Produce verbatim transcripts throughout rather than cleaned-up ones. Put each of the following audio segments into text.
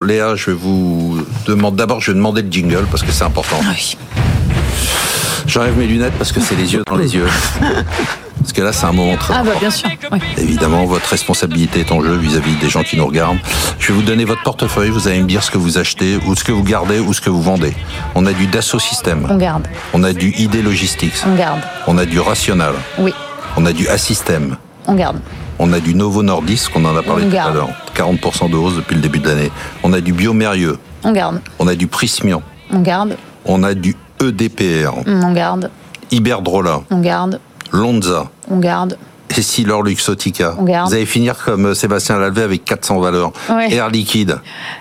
Léa, je vais vous demander, d'abord je vais demander le jingle parce que c'est important. Ah oui. J'enlève mes lunettes parce que c'est les yeux dans les yeux. Parce que là, c'est un moment très Ah bah important. bien sûr. Oui. Évidemment, votre responsabilité est en jeu vis-à-vis des gens qui nous regardent. Je vais vous donner votre portefeuille, vous allez me dire ce que vous achetez, ou ce que vous gardez, ou ce que vous vendez. On a du Dassault Systèmes. On garde. On a du I D Logistics. On garde. On a du Rational. Oui. On a du Assystem. On garde. On a du Novo Nordisk, on en a parlé On tout garde. à l'heure. quarante pour cent de hausse depuis le début de l'année. On a du Biomérieux. On garde. On a du Prismian. On garde. On a du E D P R. On garde. Iberdrola. On garde. Lonza. On garde. Essilor Luxottica. On garde. Vous allez finir comme Sébastien Lalvé avec quatre cents valeurs. Ouais. Air Liquide.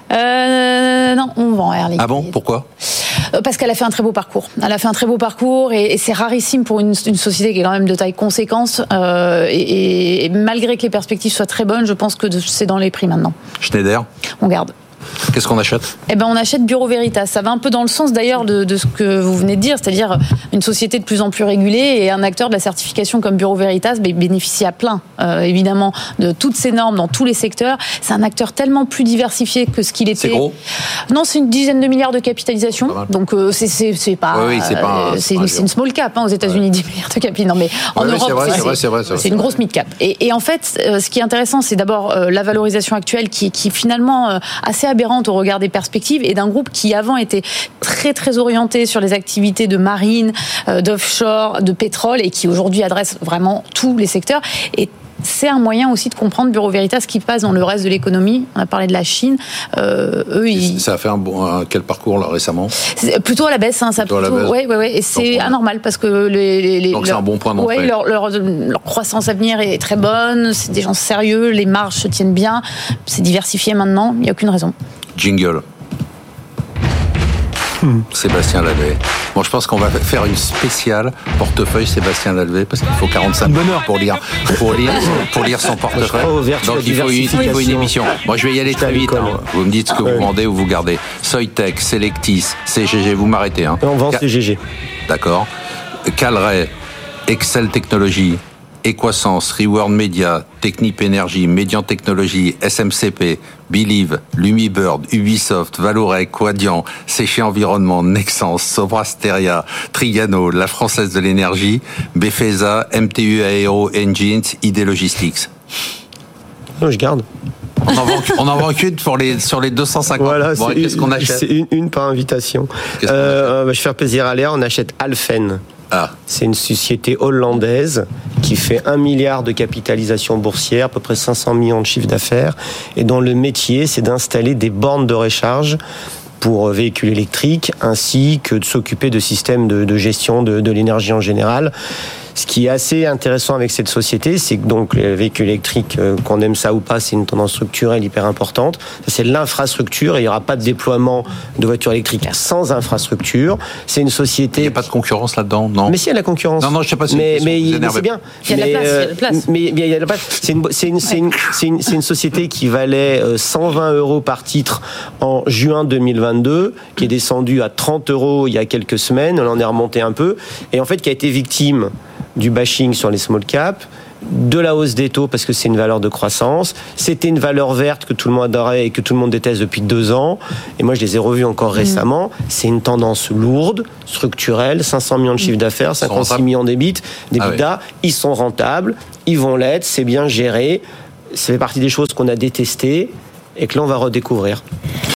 Euh, non, on vend Air Liquide. Ah bon, pourquoi ? Parce qu'elle a fait un très beau parcours. Elle a fait un très beau parcours et, et c'est rarissime pour une, une société qui est quand même de taille conséquente. Euh, et, et malgré que les perspectives soient très bonnes, je pense que c'est dans les prix maintenant. Schneider. On garde. Qu'est-ce qu'on achète ? Eh ben, on achète Bureau Veritas. Ça va un peu dans le sens d'ailleurs de, de ce que vous venez de dire, c'est-à-dire une société de plus en plus régulée et un acteur de la certification comme Bureau Veritas bénéficie à plein, euh, évidemment, de toutes ces normes dans tous les secteurs. C'est un acteur tellement plus diversifié que ce qu'il était. C'est gros ? Non, c'est une dizaine de milliards de capitalisation. Donc euh, c'est, c'est, c'est pas. Oui, oui, c'est pas. Euh, c'est, une, c'est une small cap hein, aux États-Unis, ouais. dix milliards de capi. Non, mais en oui, Europe, c'est, vrai, c'est, c'est, vrai, c'est, vrai, c'est, vrai. c'est une grosse mid cap. Et, et en fait, euh, ce qui est intéressant, c'est d'abord euh, la valorisation actuelle qui, qui est finalement euh, assez aberrante au regard des perspectives et d'un groupe qui avant était très très orienté sur les activités de marine, euh, d'offshore, de pétrole et qui aujourd'hui adresse vraiment tous les secteurs. Et c'est un moyen aussi de comprendre Bureau Veritas qui passe dans le reste de l'économie. On a parlé de la Chine. Euh, eux, ils... Ça a fait un bon un, quel parcours là récemment ? C'est plutôt à la baisse, hein, ça plutôt. plutôt ouais, ouais, ouais. Et c'est donc, anormal parce que les, les, les donc leur, c'est un bon point d'entrée. Ouais, leur, leur, leur croissance à venir est très bonne. C'est des gens sérieux, les marges se tiennent bien. C'est diversifié maintenant. Il n'y a aucune raison. Jingle. Hmm. Sébastien Lalvé. Bon, je pense qu'on va faire une spéciale portefeuille Sébastien Lalvé parce qu'il faut quarante-cinq minutes pour lire, pour lire, pour lire son portefeuille. Donc il faut, il faut une émission. Moi, je vais y aller très vite. Hein. Vous me dites ce que vous vendez ou vous gardez. Soitec, Selectis, C G G. Vous m'arrêtez. Hein. On vend C G G. D'accord. Calray, Excel Technologies, Equasens, Reward Media, Technip Energy, Median Technologies, S M C P, Believe, Lumibird, Ubisoft, Valorec, Quadian, Séché Environnement, Nexans, Sobrasteria, Trigano, La Française de l'Énergie, Befesa, M T U Aero Engines, I D Logistics. Non, je garde. On en vend, on en vend qu'une pour les, sur les deux cent cinquante. Voilà, bon, c'est qu'est-ce une, qu'on achète ? C'est une, une par invitation. Qu'est-ce euh, bah, je vais faire plaisir à Léa, on achète Alphen. Ah. C'est une société hollandaise qui fait un milliard de capitalisation boursière, à peu près cinq cents millions de chiffre d'affaires, et dont le métier, c'est d'installer des bornes de recharge pour véhicules électriques, ainsi que de s'occuper de systèmes de, de gestion de, de l'énergie en général. Ce qui est assez intéressant avec cette société, c'est que donc les véhicules électriques, euh, qu'on aime ça ou pas, c'est une tendance structurelle hyper importante. Ça, c'est l'infrastructure et il n'y aura pas de déploiement de voitures électriques sans infrastructure. C'est une société... Il n'y a pas de concurrence là-dedans, non ? Mais si, il y a la concurrence. Non, non, je ne sais pas si mais, vous mais, vous mais c'est bien. Il y a de la place, il y a de la place. Mais il y a de la place. C'est une, c'est une, c'est une, c'est une, c'est une société qui valait cent vingt euros par titre en juin deux mille vingt-deux, qui est descendue à trente euros il y a quelques semaines. On en est remonté un peu. Et en fait, qui a été victime du bashing sur les small caps, de la hausse des taux parce que c'est une valeur de croissance. C'était une valeur verte que tout le monde adorait et que tout le monde déteste depuis deux ans. Et moi, je les ai revus encore mmh. récemment. C'est une tendance lourde, structurelle, cinq cents millions de chiffre d'affaires, cinquante-six millions d'ébit, d'EBITDA. Ah oui. Ils sont rentables, ils vont l'être, c'est bien géré. Ça fait partie des choses qu'on a détestées et que là, on va redécouvrir.